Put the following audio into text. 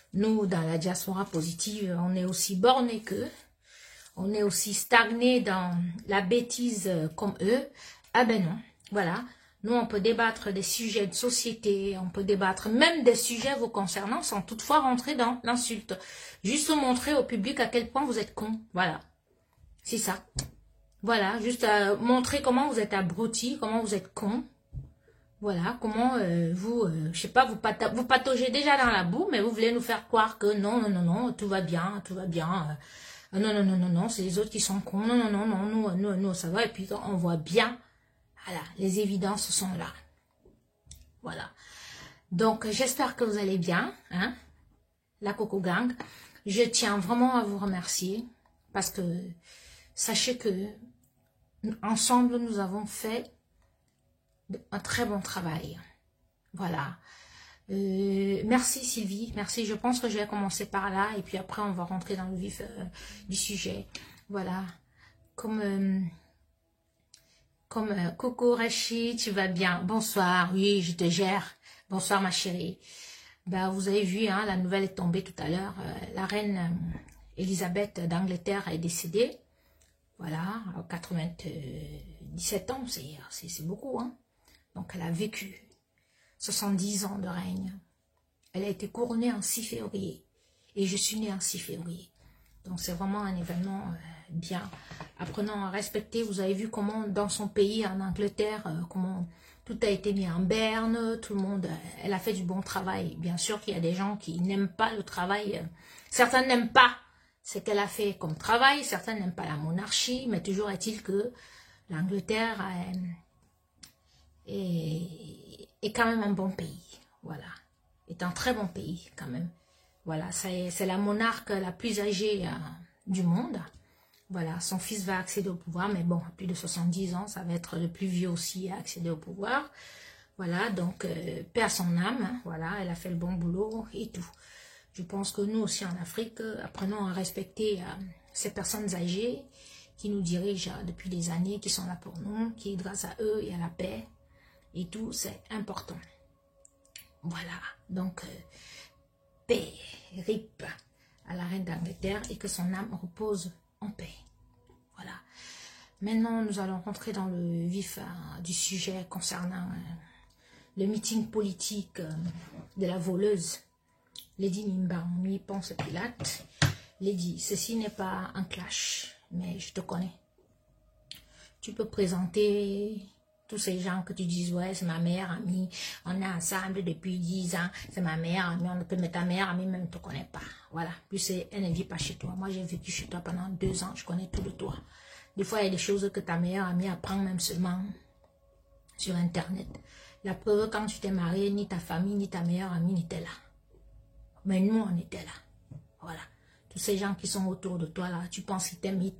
Nous, dans la diaspora positive, on est aussi bornés qu'eux. On est aussi stagnés dans la bêtise comme eux. Ah ben non, voilà. Nous, on peut débattre des sujets de société, on peut débattre même des sujets vous concernant sans toutefois rentrer dans l'insulte. Juste montrer au public à quel point vous êtes con. Voilà. C'est ça. Voilà, juste montrer comment vous êtes abruti, comment vous êtes con. Voilà, comment je sais pas, vous pataugez déjà dans la boue, mais vous voulez nous faire croire que non, non, non, non, tout va bien, tout va bien. Non, non, non, non, non, c'est les autres qui sont cons. Non, non, non, non, nous, ça va. Et puis, on voit bien, voilà, les évidences sont là. Voilà. Donc, j'espère que vous allez bien, hein, la Coco Gang. Je tiens vraiment à vous remercier parce que sachez que ensemble, nous avons fait un très bon travail. Voilà. Merci Sylvie, merci. Je pense que je vais commencer par là et puis après on va rentrer dans le vif du sujet. Voilà. Comme Coco Rachid, tu vas bien? Bonsoir, oui, je te gère. Bonsoir ma chérie. Ben, vous avez vu, hein, la nouvelle est tombée tout à l'heure. La reine Elisabeth d'Angleterre est décédée. Voilà, à 97 ans, c'est beaucoup, hein. Donc elle a vécu 70 ans de règne. Elle a été couronnée en 6 février. Et je suis née en 6 février. Donc c'est vraiment un événement bien. Apprenons à respecter. Vous avez vu comment dans son pays, en Angleterre, comment tout a été mis en berne. Tout le monde, elle a fait du bon travail. Bien sûr qu'il y a des gens qui n'aiment pas le travail. Certains n'aiment pas ce qu'elle a fait comme travail. Certains n'aiment pas la monarchie. Mais toujours est-il que l'Angleterre est quand même un bon pays. Voilà. Est un très bon pays quand même. Voilà, c'est la monarque la plus âgée du monde. Voilà, son fils va accéder au pouvoir, mais bon, à plus de 70 ans, ça va être le plus vieux aussi à accéder au pouvoir. Voilà, donc, paix à son âme, hein, voilà, elle a fait le bon boulot et tout. Je pense que nous aussi en Afrique, apprenons à respecter ces personnes âgées qui nous dirigent depuis des années, qui sont là pour nous, qui grâce à eux, il y a la paix et tout, c'est important. Voilà, donc, paix, rip à la reine d'Angleterre et que son âme repose en paix. Voilà. Maintenant, nous allons rentrer dans le vif du sujet concernant le meeting politique de la voleuse Lady Nyimba Ponce Pilate. Lady, ceci n'est pas un clash, mais je te connais. Tu peux présenter tous ces gens que tu dis, ouais, c'est ma meilleure amie, on est ensemble depuis 10 ans, c'est ma meilleure amie, on peut mettre ta meilleure amie, même ne te connaît pas. Voilà, plus elle ne vit pas chez toi. Moi, j'ai vécu chez toi pendant 2 ans, je connais tout de toi. Des fois, il y a des choses que ta meilleure amie apprend même seulement sur Internet. La preuve, quand tu t'es marié, ni ta famille, ni ta meilleure amie n'étaient là. Mais nous, on était là. Voilà. Tous ces gens qui sont autour de toi, là, tu penses qu'ils t'aiment,